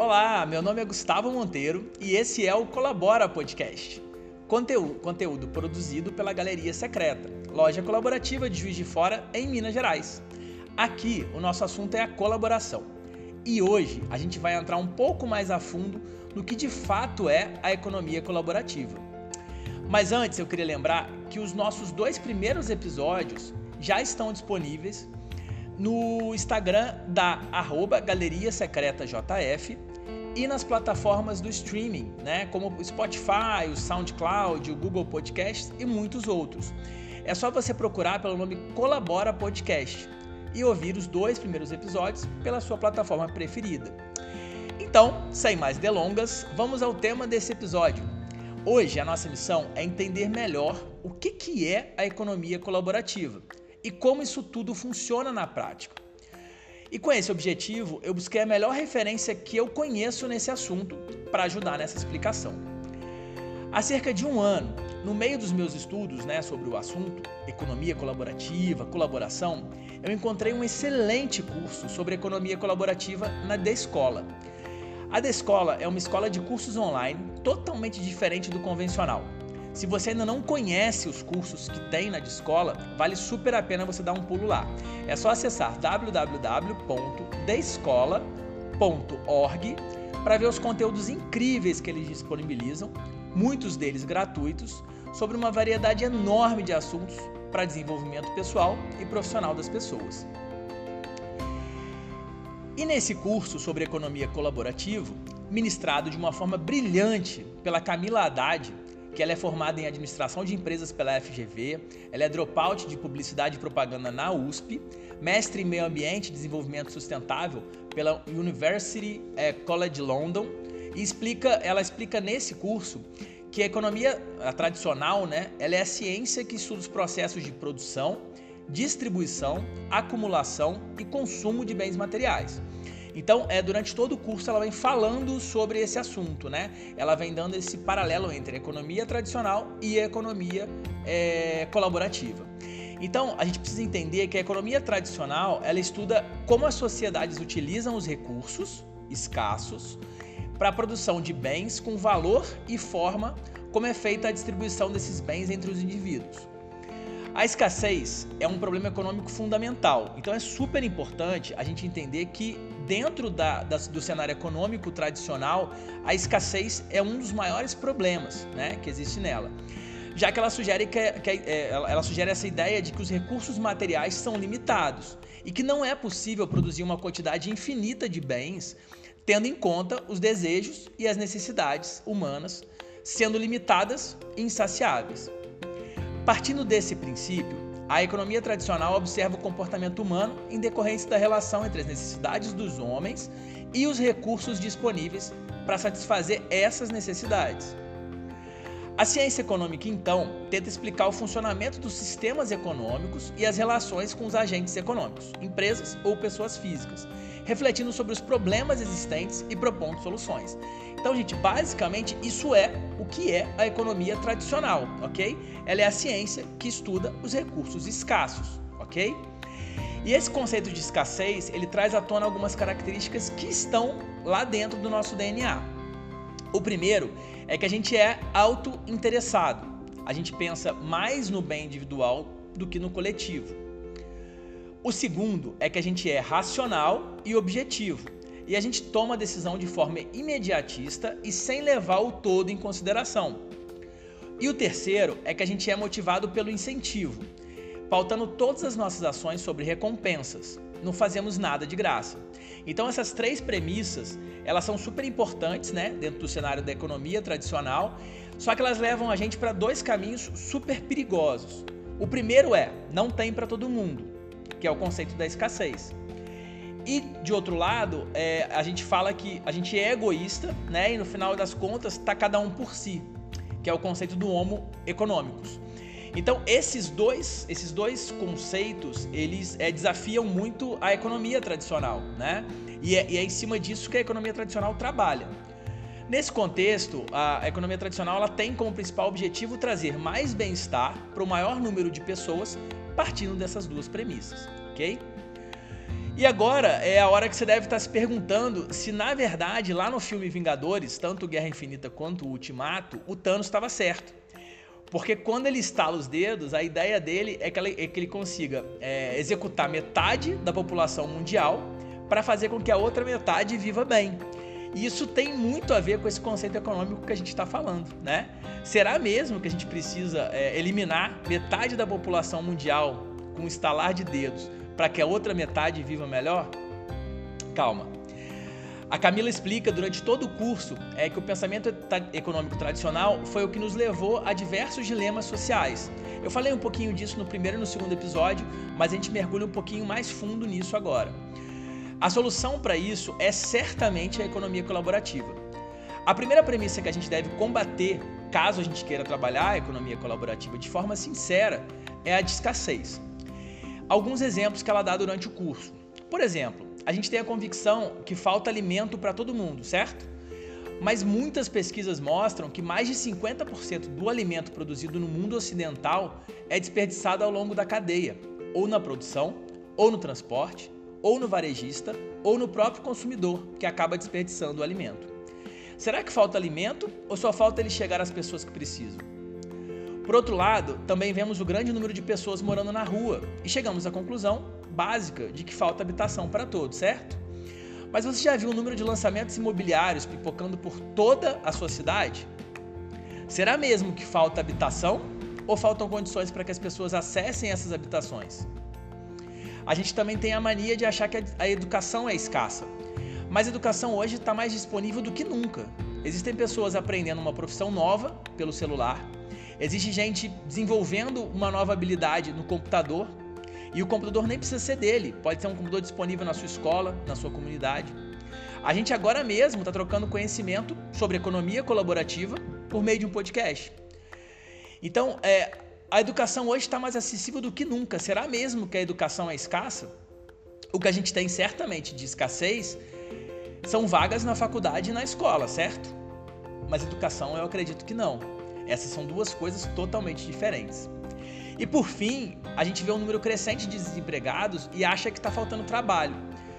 Olá, meu nome é Gustavo Monteiro e esse é o Colabora Podcast. Conteúdo produzido pela Galeria Secreta, loja colaborativa de Juiz de Fora, em Minas Gerais. Aqui, o nosso assunto é a colaboração. E hoje a gente vai entrar um pouco mais a fundo no que de fato é a economia colaborativa. Mas antes eu queria lembrar que os nossos 2 primeiros episódios já estão disponíveis no Instagram da @galeriasecretajf e nas plataformas do streaming, como o Spotify, o SoundCloud, o Google Podcasts e muitos outros. É só você procurar pelo nome Colabora Podcast e ouvir os 2 primeiros episódios pela sua plataforma preferida. Então, sem mais delongas, vamos ao tema desse episódio. Hoje a nossa missão é entender melhor o que é a economia colaborativa e como isso tudo funciona na prática. E com esse objetivo, eu busquei a melhor referência que eu conheço nesse assunto para ajudar nessa explicação. Há cerca de 1 ano, no meio dos meus estudos sobre o assunto, economia colaborativa, colaboração, eu encontrei um excelente curso sobre economia colaborativa na Descola. A Descola é uma escola de cursos online totalmente diferente do convencional. Se você ainda não conhece os cursos que tem na Descola, vale super a pena você dar um pulo lá. É só acessar www.descola.org para ver os conteúdos incríveis que eles disponibilizam, muitos deles gratuitos, sobre uma variedade enorme de assuntos para desenvolvimento pessoal e profissional das pessoas. E nesse curso sobre economia colaborativa, ministrado de uma forma brilhante pela Camila Haddad, que ela é formada em administração de empresas pela FGV, ela é dropout de publicidade e propaganda na USP, mestre em meio ambiente e desenvolvimento sustentável pela University College London, e ela explica nesse curso que a economia tradicional, ela é a ciência que estuda os processos de produção, distribuição, acumulação e consumo de bens materiais. Então, durante todo o curso ela vem falando sobre esse assunto, Ela vem dando esse paralelo entre a economia tradicional e a economia colaborativa. Então, a gente precisa entender que a economia tradicional, ela estuda como as sociedades utilizam os recursos escassos para a produção de bens com valor e forma como é feita a distribuição desses bens entre os indivíduos. A escassez é um problema econômico fundamental, então é super importante a gente entender que dentro do cenário econômico tradicional, a escassez é um dos maiores problemas que existe nela, já que ela sugere ela sugere essa ideia de que os recursos materiais são limitados e que não é possível produzir uma quantidade infinita de bens, tendo em conta os desejos e as necessidades humanas sendo limitadas e insaciáveis. Partindo desse princípio, a economia tradicional observa o comportamento humano em decorrência da relação entre as necessidades dos homens e os recursos disponíveis para satisfazer essas necessidades. A ciência econômica, então, tenta explicar o funcionamento dos sistemas econômicos e as relações com os agentes econômicos, empresas ou pessoas físicas, refletindo sobre os problemas existentes e propondo soluções. Então, gente, basicamente isso é o que é a economia tradicional, ok? Ela é a ciência que estuda os recursos escassos, ok? E esse conceito de escassez, ele traz à tona algumas características que estão lá dentro do nosso DNA. O primeiro é que a gente é auto-interessado. A gente pensa mais no bem individual do que no coletivo. O segundo é que a gente é racional e objetivo. E a gente toma a decisão de forma imediatista e sem levar o todo em consideração. E o terceiro é que a gente é motivado pelo incentivo, pautando todas as nossas ações sobre recompensas. Não fazemos nada de graça. Então essas 3 premissas, elas são super importantes, dentro do cenário da economia tradicional, só que elas levam a gente para 2 caminhos super perigosos. O primeiro não tem para todo mundo, que é o conceito da escassez. E, de outro lado, a gente fala que a gente é egoísta, e no final das contas está cada um por si, que é o conceito do homo economicus. Então, esses dois conceitos, eles desafiam muito a economia tradicional, E é em cima disso que a economia tradicional trabalha. Nesse contexto, a economia tradicional ela tem como principal objetivo trazer mais bem-estar para o maior número de pessoas partindo dessas 2 premissas, ok? E agora é a hora que você deve estar se perguntando se, na verdade, lá no filme Vingadores, tanto Guerra Infinita quanto o Ultimato, o Thanos estava certo. Porque quando ele estala os dedos, a ideia dele é que ele consiga executar metade da população mundial para fazer com que a outra metade viva bem. E isso tem muito a ver com esse conceito econômico que a gente está falando, né? Será mesmo que a gente precisa eliminar metade da população mundial com um estalar de dedos para que a outra metade viva melhor? Calma. A Camila explica durante todo o curso que o pensamento econômico tradicional foi o que nos levou a diversos dilemas sociais. Eu falei um pouquinho disso no primeiro e no segundo episódio, mas a gente mergulha um pouquinho mais fundo nisso agora. A solução para isso é certamente a economia colaborativa. A primeira premissa que a gente deve combater, caso a gente queira trabalhar a economia colaborativa de forma sincera, é a de escassez. Alguns exemplos que ela dá durante o curso. Por exemplo, a gente tem a convicção que falta alimento para todo mundo, certo? Mas muitas pesquisas mostram que mais de 50% do alimento produzido no mundo ocidental é desperdiçado ao longo da cadeia, ou na produção, ou no transporte, ou no varejista, ou no próprio consumidor, que acaba desperdiçando o alimento. Será que falta alimento ou só falta ele chegar às pessoas que precisam? Por outro lado, também vemos o grande número de pessoas morando na rua e chegamos à conclusão básica de que falta habitação para todos, certo? Mas você já viu o número de lançamentos imobiliários pipocando por toda a sua cidade? Será mesmo que falta habitação ou faltam condições para que as pessoas acessem essas habitações? A gente também tem a mania de achar que a educação é escassa, mas a educação hoje está mais disponível do que nunca. Existem pessoas aprendendo uma profissão nova pelo celular, existe gente desenvolvendo uma nova habilidade no computador, e o computador nem precisa ser dele, pode ser um computador disponível na sua escola, na sua comunidade. A gente agora mesmo está trocando conhecimento sobre economia colaborativa por meio de um podcast. Então, a educação hoje está mais acessível do que nunca. Será mesmo que a educação é escassa? O que a gente tem certamente de escassez são vagas na faculdade e na escola, certo? Mas educação eu acredito que não. Essas são duas coisas totalmente diferentes. E por fim, a gente vê um número crescente de desempregados e acha que está faltando trabalho.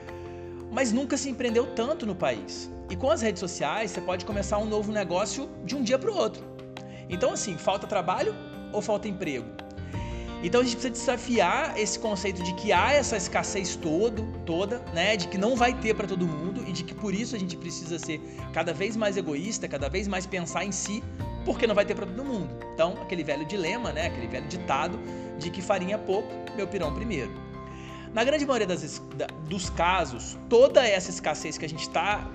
Mas nunca se empreendeu tanto no país. E com as redes sociais, você pode começar um novo negócio de um dia para o outro. Então assim, falta trabalho ou falta emprego? Então a gente precisa desafiar esse conceito de que há essa escassez toda, né? De que não vai ter para todo mundo e de que por isso a gente precisa ser cada vez mais egoísta, cada vez mais pensar em si, porque não vai ter para todo mundo. Então, aquele velho dilema, né? Aquele velho ditado de que farinha pouco, meu pirão primeiro. Na grande maioria dos casos, toda essa escassez que a gente está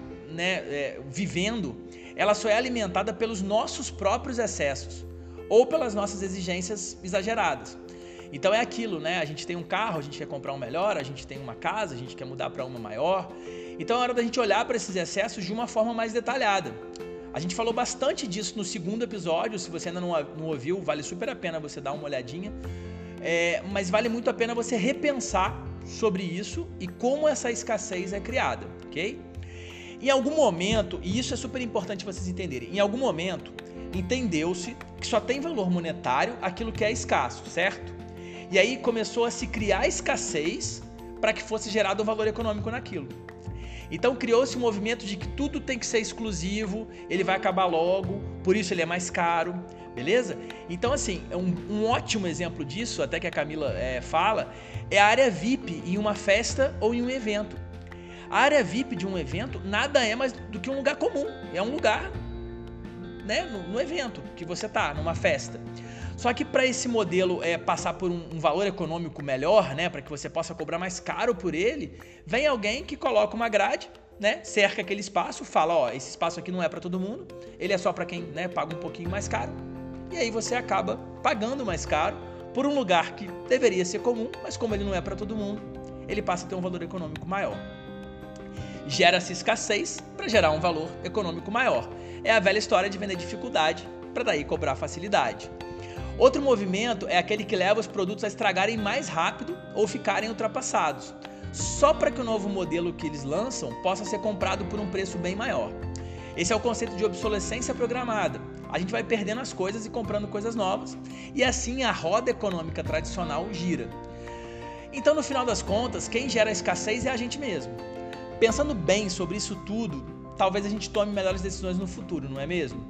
vivendo, ela só é alimentada pelos nossos próprios excessos ou pelas nossas exigências exageradas. Então é aquilo, né? A gente tem um carro, a gente quer comprar um melhor, a gente tem uma casa, a gente quer mudar para uma maior. Então é hora da gente olhar para esses excessos de uma forma mais detalhada. A gente falou bastante disso no segundo episódio, se você ainda não ouviu, vale super a pena você dar uma olhadinha. Mas vale muito a pena você repensar sobre isso e como essa escassez é criada, ok? Em algum momento, e isso é super importante vocês entenderem, em algum momento entendeu-se que só tem valor monetário aquilo que é escasso, certo? E aí começou a se criar escassez para que fosse gerado um valor econômico naquilo. Então criou-se um movimento de que tudo tem que ser exclusivo, ele vai acabar logo, por isso ele é mais caro, beleza? Então assim, um ótimo exemplo disso, até que a Camila fala, é a área VIP em uma festa ou em um evento. A área VIP de um evento nada é mais do que um lugar comum, é um lugar, né, no evento que você tá, numa festa. Só que para esse modelo passar por um valor econômico melhor, né, para que você possa cobrar mais caro por ele, vem alguém que coloca uma grade, né, cerca aquele espaço, fala, ó, esse espaço aqui não é para todo mundo, ele é só para quem, né, paga um pouquinho mais caro. E aí você acaba pagando mais caro por um lugar que deveria ser comum, mas como ele não é para todo mundo, ele passa a ter um valor econômico maior. Gera-se escassez para gerar um valor econômico maior. É a velha história de vender dificuldade para daí cobrar facilidade. Outro movimento é aquele que leva os produtos a estragarem mais rápido ou ficarem ultrapassados, só para que o novo modelo que eles lançam possa ser comprado por um preço bem maior. Esse é o conceito de obsolescência programada. A gente vai perdendo as coisas e comprando coisas novas, e assim a roda econômica tradicional gira. Então, no final das contas, quem gera a escassez é a gente mesmo. Pensando bem sobre isso tudo, talvez a gente tome melhores decisões no futuro, não é mesmo?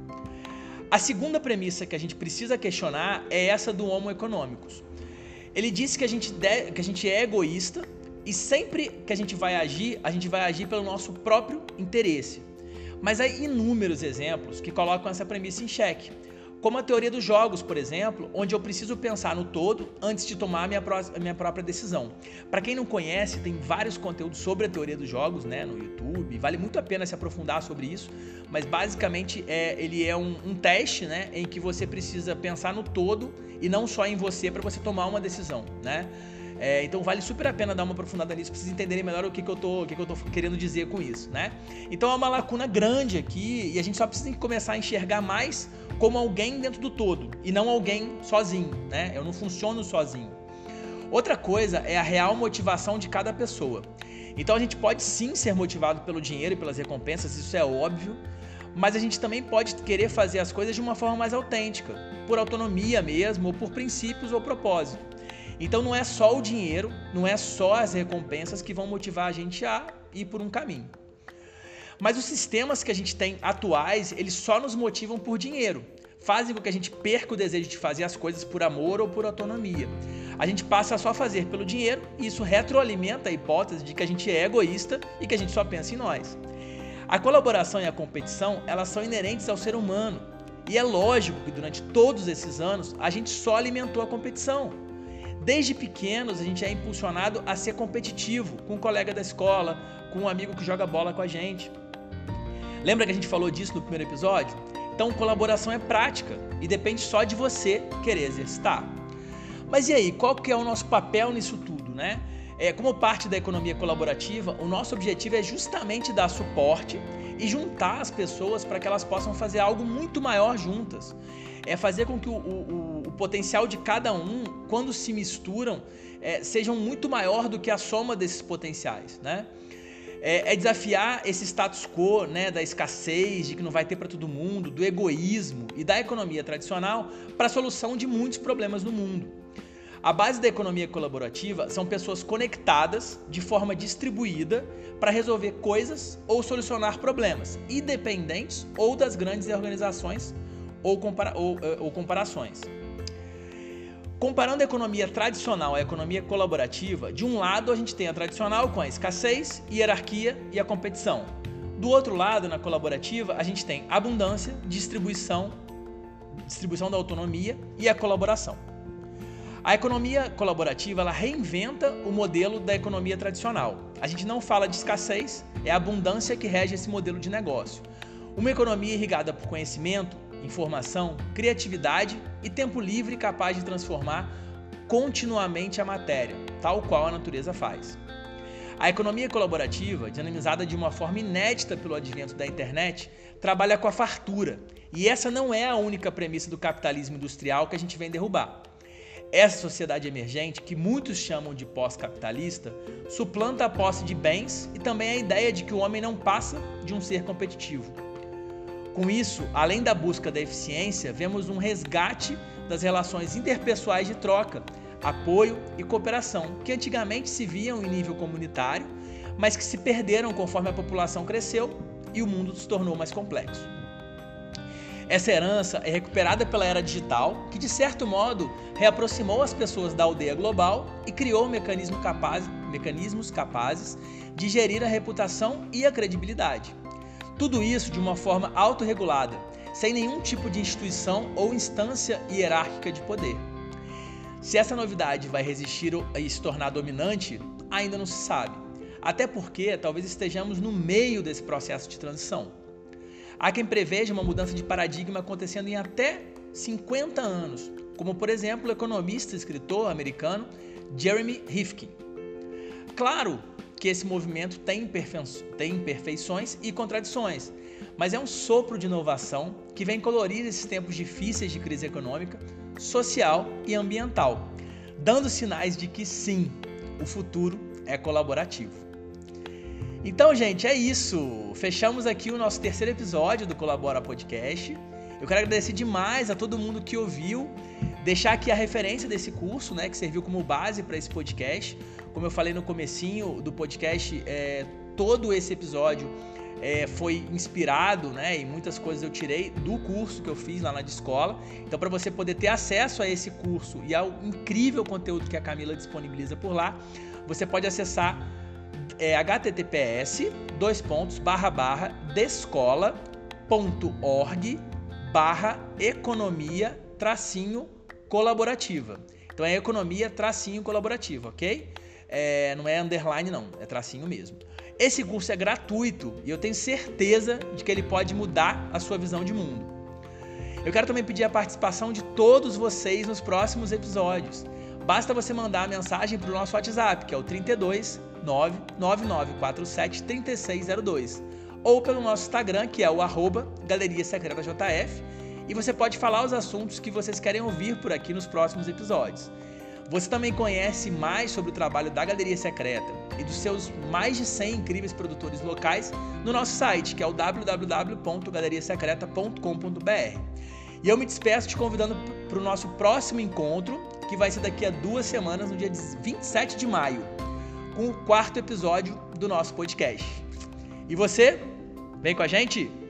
A segunda premissa que a gente precisa questionar é essa do Homo economicus. Ele disse que a gente é egoísta e sempre que a gente vai agir pelo nosso próprio interesse. Mas há inúmeros exemplos que colocam essa premissa em xeque, como a teoria dos jogos, por exemplo, onde eu preciso pensar no todo antes de tomar a minha própria decisão. Para quem não conhece, tem vários conteúdos sobre a teoria dos jogos, né, no YouTube, vale muito a pena se aprofundar sobre isso, mas basicamente ele é um teste, né, em que você precisa pensar no todo e não só em você para você tomar uma decisão, né? Então vale super a pena dar uma aprofundada nisso, pra vocês entenderem melhor o que eu tô querendo dizer com isso, né? Então é uma lacuna grande aqui e a gente só precisa começar a enxergar mais como alguém dentro do todo e não alguém sozinho, né? Eu não funciono sozinho. Outra coisa é a real motivação de cada pessoa. Então a gente pode sim ser motivado pelo dinheiro e pelas recompensas, isso é óbvio, mas a gente também pode querer fazer as coisas de uma forma mais autêntica, por autonomia mesmo, ou por princípios ou propósito. Então não é só o dinheiro, não é só as recompensas que vão motivar a gente a ir por um caminho. Mas os sistemas que a gente tem atuais, eles só nos motivam por dinheiro. Fazem com que a gente perca o desejo de fazer as coisas por amor ou por autonomia. A gente passa a só fazer pelo dinheiro e isso retroalimenta a hipótese de que a gente é egoísta e que a gente só pensa em nós. A colaboração e a competição, elas são inerentes ao ser humano. E é lógico que durante todos esses anos, a gente só alimentou a competição. Desde pequenos, a gente é impulsionado a ser competitivo com um colega da escola, com um amigo que joga bola com a gente. Lembra que a gente falou disso no primeiro episódio? Então, colaboração é prática e depende só de você querer exercitar. Mas e aí, qual que é o nosso papel nisso tudo, né? Como parte da economia colaborativa, o nosso objetivo é justamente dar suporte e juntar as pessoas para que elas possam fazer algo muito maior juntas. É fazer com que o potencial de cada um, quando se misturam, sejam muito maior do que a soma desses potenciais, né? É desafiar esse status quo, né, da escassez, de que não vai ter para todo mundo, do egoísmo e da economia tradicional para a solução de muitos problemas no mundo. A base da economia colaborativa são pessoas conectadas de forma distribuída para resolver coisas ou solucionar problemas, independentes ou das grandes organizações ou comparações. Comparando a economia tradicional à economia colaborativa, de um lado a gente tem a tradicional com a escassez, hierarquia e a competição. Do outro lado, na colaborativa, a gente tem abundância, distribuição da autonomia e a colaboração. A economia colaborativa, ela reinventa o modelo da economia tradicional. A gente não fala de escassez, é a abundância que rege esse modelo de negócio. Uma economia irrigada por conhecimento, informação, criatividade e tempo livre capaz de transformar continuamente a matéria, tal qual a natureza faz. A economia colaborativa, dinamizada de uma forma inédita pelo advento da internet, trabalha com a fartura. E essa não é a única premissa do capitalismo industrial que a gente vem derrubar. Essa sociedade emergente, que muitos chamam de pós-capitalista, suplanta a posse de bens e também a ideia de que o homem não passa de um ser competitivo. Com isso, além da busca da eficiência, vemos um resgate das relações interpessoais de troca, apoio e cooperação, que antigamente se viam em nível comunitário, mas que se perderam conforme a população cresceu e o mundo se tornou mais complexo. Essa herança é recuperada pela era digital, que de certo modo reaproximou as pessoas da aldeia global e criou mecanismos capazes de gerir a reputação e a credibilidade. Tudo isso de uma forma autorregulada, sem nenhum tipo de instituição ou instância hierárquica de poder. Se essa novidade vai resistir e se tornar dominante, ainda não se sabe. Até porque talvez estejamos no meio desse processo de transição. Há quem preveja uma mudança de paradigma acontecendo em até 50 anos, como por exemplo o economista e escritor americano Jeremy Rifkin. Claro que esse movimento tem imperfeições e contradições, mas é um sopro de inovação que vem colorir esses tempos difíceis de crise econômica, social e ambiental, dando sinais de que sim, o futuro é colaborativo. Então, gente, é isso. Fechamos aqui o nosso terceiro episódio do Colabora Podcast. Eu quero agradecer demais a todo mundo que ouviu. Deixar aqui a referência desse curso, né, que serviu como base para esse podcast. Como eu falei no comecinho do podcast, todo esse episódio foi inspirado, né, e muitas coisas eu tirei do curso que eu fiz lá na escola. Então, para você poder ter acesso a esse curso e ao incrível conteúdo que a Camila disponibiliza por lá, você pode acessar https://descola.org/economia-colaborativa. Então é economia-colaborativa, ok? Não é underline não, é tracinho mesmo. Esse curso é gratuito e eu tenho certeza de que ele pode mudar a sua visão de mundo. Eu quero também pedir a participação de todos vocês nos próximos episódios. Basta você mandar a mensagem para o nosso WhatsApp, que é o 32 99947 3602, ou pelo nosso Instagram, que é o @galeriasecretajf, e você pode falar os assuntos que vocês querem ouvir por aqui nos próximos episódios. Você também conhece mais sobre o trabalho da Galeria Secreta e dos seus mais de 100 incríveis produtores locais no nosso site, que é o www.galeriasecreta.com.br. E eu me despeço te convidando para o nosso próximo encontro, que vai ser daqui a 2 semanas, no dia 27 de maio, com o 4º episódio do nosso podcast. E você? Vem com a gente?